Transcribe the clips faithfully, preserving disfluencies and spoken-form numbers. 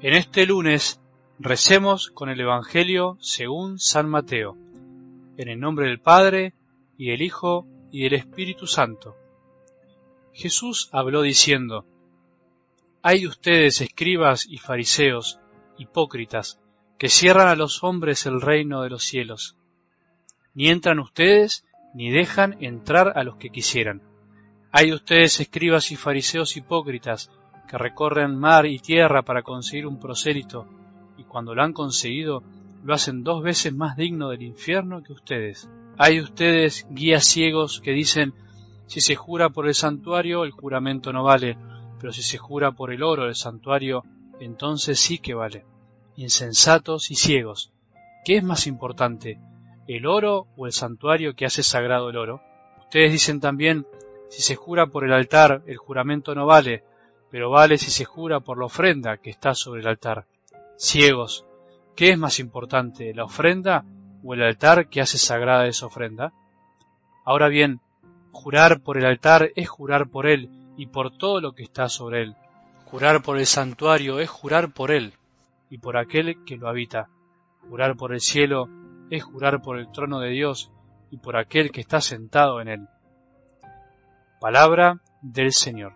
En este lunes recemos con el Evangelio según San Mateo, en el nombre del Padre, y del Hijo, y del Espíritu Santo. Jesús habló diciendo: Hay de ustedes, escribas y fariseos, hipócritas, que cierran a los hombres el reino de los cielos. Ni entran ustedes, ni dejan entrar a los que quisieran. Hay de ustedes, escribas y fariseos hipócritas, que recorren mar y tierra para conseguir un prosélito, y cuando lo han conseguido, lo hacen dos veces más digno del infierno que ustedes. Hay de ustedes, guías ciegos, que dicen: si se jura por el santuario, el juramento no vale, pero si se jura por el oro del santuario, entonces sí que vale. Insensatos y ciegos, ¿qué es más importante, el oro o el santuario que hace sagrado el oro? Ustedes dicen también: si se jura por el altar, el juramento no vale, pero vale si se jura por la ofrenda que está sobre el altar. Ciegos, ¿qué es más importante, la ofrenda o el altar que hace sagrada esa ofrenda? Ahora bien, jurar por el altar es jurar por él y por todo lo que está sobre él. Jurar por el santuario es jurar por él y por aquel que lo habita. Jurar por el cielo es jurar por el trono de Dios y por aquel que está sentado en él. Palabra del Señor.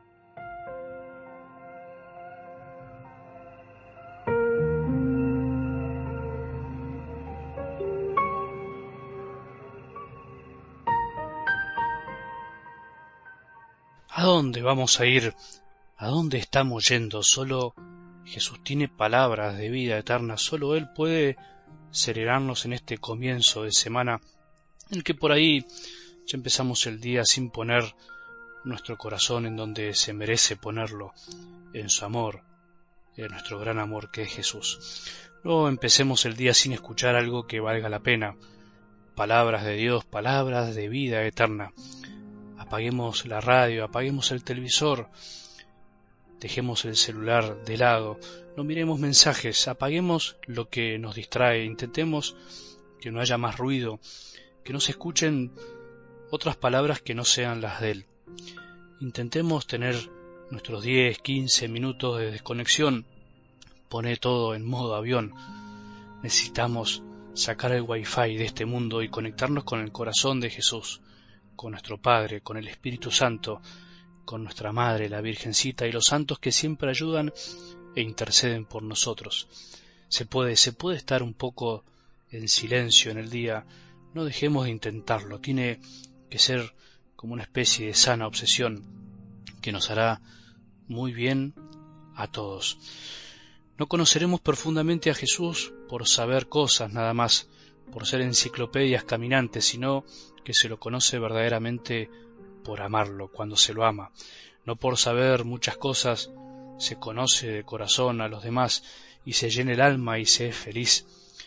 ¿A dónde vamos a ir? ¿A dónde estamos yendo? Solo Jesús tiene palabras de vida eterna. Solo Él puede serenarnos en este comienzo de semana en el que por ahí ya empezamos el día sin poner nuestro corazón en donde se merece ponerlo, en su amor, en nuestro gran amor que es Jesús. No empecemos el día sin escuchar algo que valga la pena. Palabras de Dios, palabras de vida eterna. Apaguemos la radio, apaguemos el televisor, dejemos el celular de lado, no miremos mensajes, apaguemos lo que nos distrae, intentemos que no haya más ruido, que no se escuchen otras palabras que no sean las de Él. Intentemos tener nuestros diez, quince minutos de desconexión, poner todo en modo avión. Necesitamos sacar el wifi de este mundo y conectarnos con el corazón de Jesús, con nuestro Padre, con el Espíritu Santo, con nuestra Madre, la Virgencita, y los santos que siempre ayudan e interceden por nosotros. Se puede, se puede estar un poco en silencio en el día, no dejemos de intentarlo, tiene que ser como una especie de sana obsesión que nos hará muy bien a todos. No conoceremos profundamente a Jesús por saber cosas nada más, por ser enciclopedias caminantes, sino que se lo conoce verdaderamente por amarlo, cuando se lo ama. No por saber muchas cosas se conoce de corazón a los demás y se llena el alma y se es feliz.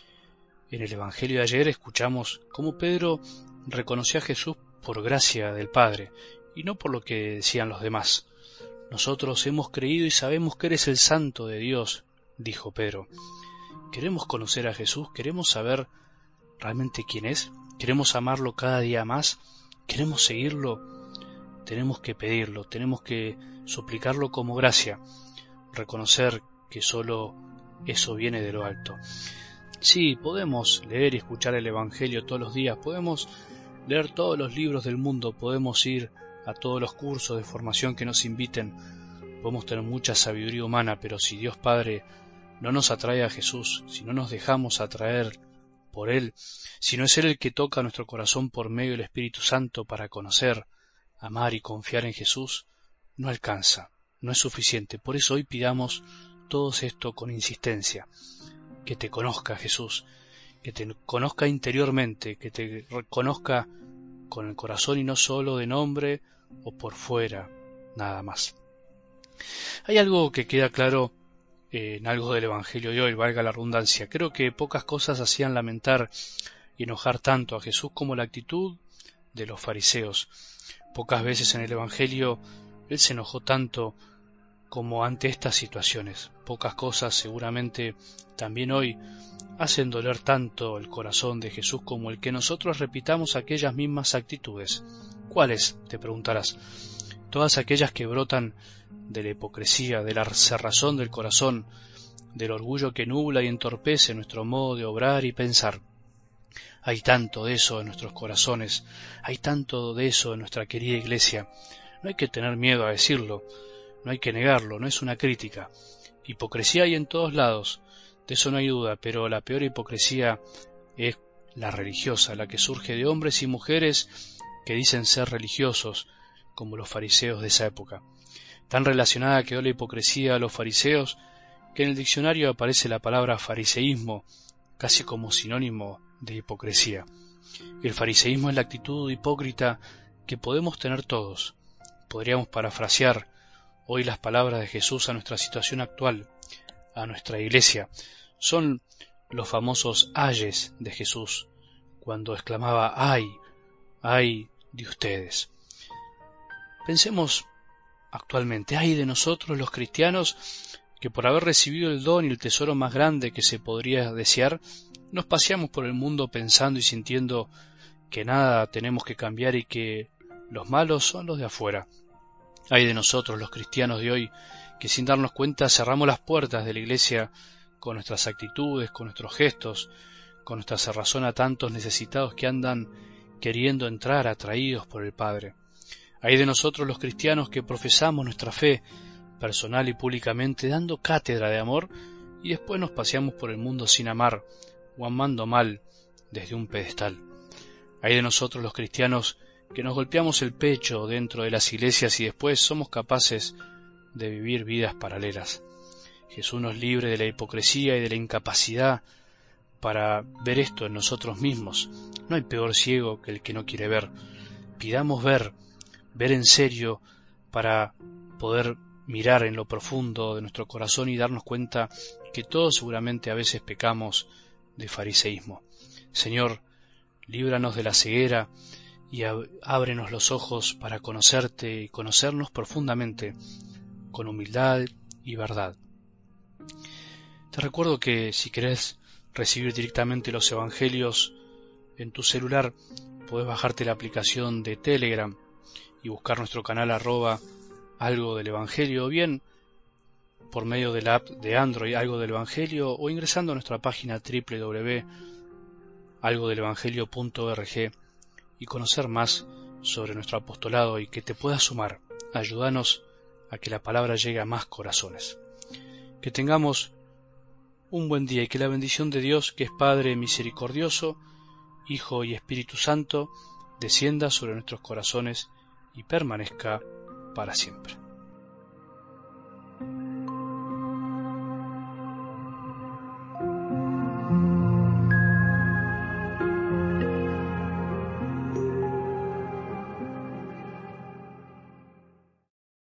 En el Evangelio de ayer escuchamos cómo Pedro reconoció a Jesús por gracia del Padre y no por lo que decían los demás. Nosotros hemos creído y sabemos que eres el Santo de Dios, dijo Pedro. ¿Queremos conocer a Jesús? ¿Queremos saber realmente quién es? ¿Queremos amarlo cada día más? ¿Queremos seguirlo? Tenemos que pedirlo, tenemos que suplicarlo como gracia, reconocer que solo eso viene de lo alto. Sí, podemos leer y escuchar el Evangelio todos los días, podemos leer todos los libros del mundo, podemos ir a todos los cursos de formación que nos inviten, podemos tener mucha sabiduría humana, pero si Dios Padre no nos atrae a Jesús, si no nos dejamos atraer por Él, si no es Él el que toca nuestro corazón por medio del Espíritu Santo para conocer, amar y confiar en Jesús, no alcanza, no es suficiente. Por eso hoy pidamos todo esto con insistencia, que te conozca Jesús, que te conozca interiormente, que te conozca con el corazón y no solo de nombre o por fuera, nada más. Hay algo que queda claro en algo del Evangelio de hoy, valga la redundancia. Creo que pocas cosas hacían lamentar y enojar tanto a Jesús como la actitud de los fariseos. Pocas veces en el Evangelio Él se enojó tanto como ante estas situaciones. Pocas cosas seguramente también hoy hacen doler tanto el corazón de Jesús como el que nosotros repitamos aquellas mismas actitudes. ¿Cuáles?, te preguntarás. Todas aquellas que brotan de la hipocresía, de la cerrazón del corazón, del orgullo que nubla y entorpece nuestro modo de obrar y pensar. Hay tanto de eso en nuestros corazones, hay tanto de eso en nuestra querida Iglesia. No hay que tener miedo a decirlo, no hay que negarlo, no es una crítica. Hipocresía hay en todos lados, de eso no hay duda, pero la peor hipocresía es la religiosa, la que surge de hombres y mujeres que dicen ser religiosos, como los fariseos de esa época. Tan relacionada quedó la hipocresía a los fariseos que en el diccionario aparece la palabra fariseísmo, casi como sinónimo de hipocresía. El fariseísmo es la actitud hipócrita que podemos tener todos. Podríamos parafrasear hoy las palabras de Jesús a nuestra situación actual, a nuestra Iglesia. Son los famosos ayes de Jesús, cuando exclamaba ¡ay! ¡ay de ustedes! Pensemos actualmente, ¡ay de nosotros los cristianos que por haber recibido el don y el tesoro más grande que se podría desear, nos paseamos por el mundo pensando y sintiendo que nada tenemos que cambiar y que los malos son los de afuera! ¡Ay de nosotros los cristianos de hoy que sin darnos cuenta cerramos las puertas de la Iglesia con nuestras actitudes, con nuestros gestos, con nuestra cerrazón a tantos necesitados que andan queriendo entrar atraídos por el Padre! ¡Ay de nosotros los cristianos que profesamos nuestra fe personal y públicamente dando cátedra de amor y después nos paseamos por el mundo sin amar o amando mal desde un pedestal! ¡Ay de nosotros los cristianos que nos golpeamos el pecho dentro de las iglesias y después somos capaces de vivir vidas paralelas! Jesús nos libre de la hipocresía y de la incapacidad para ver esto en nosotros mismos. No hay peor ciego que el que no quiere ver. Pidamos ver, ver en serio para poder mirar en lo profundo de nuestro corazón y darnos cuenta que todos seguramente a veces pecamos de fariseísmo. Señor, líbranos de la ceguera y ábrenos los ojos para conocerte y conocernos profundamente, con humildad y verdad. Te recuerdo que si querés recibir directamente los evangelios en tu celular, podés bajarte la aplicación de Telegram y buscar nuestro canal arroba algo del evangelio, o bien por medio de la app de Android algo del evangelio, o ingresando a nuestra página doble u doble u doble u punto algo del evangelio punto org y conocer más sobre nuestro apostolado y que te puedas sumar. Ayúdanos a que la palabra llegue a más corazones. Que tengamos un buen día y que la bendición de Dios, que es Padre misericordioso, Hijo y Espíritu Santo, descienda sobre nuestros corazones y permanezca para siempre.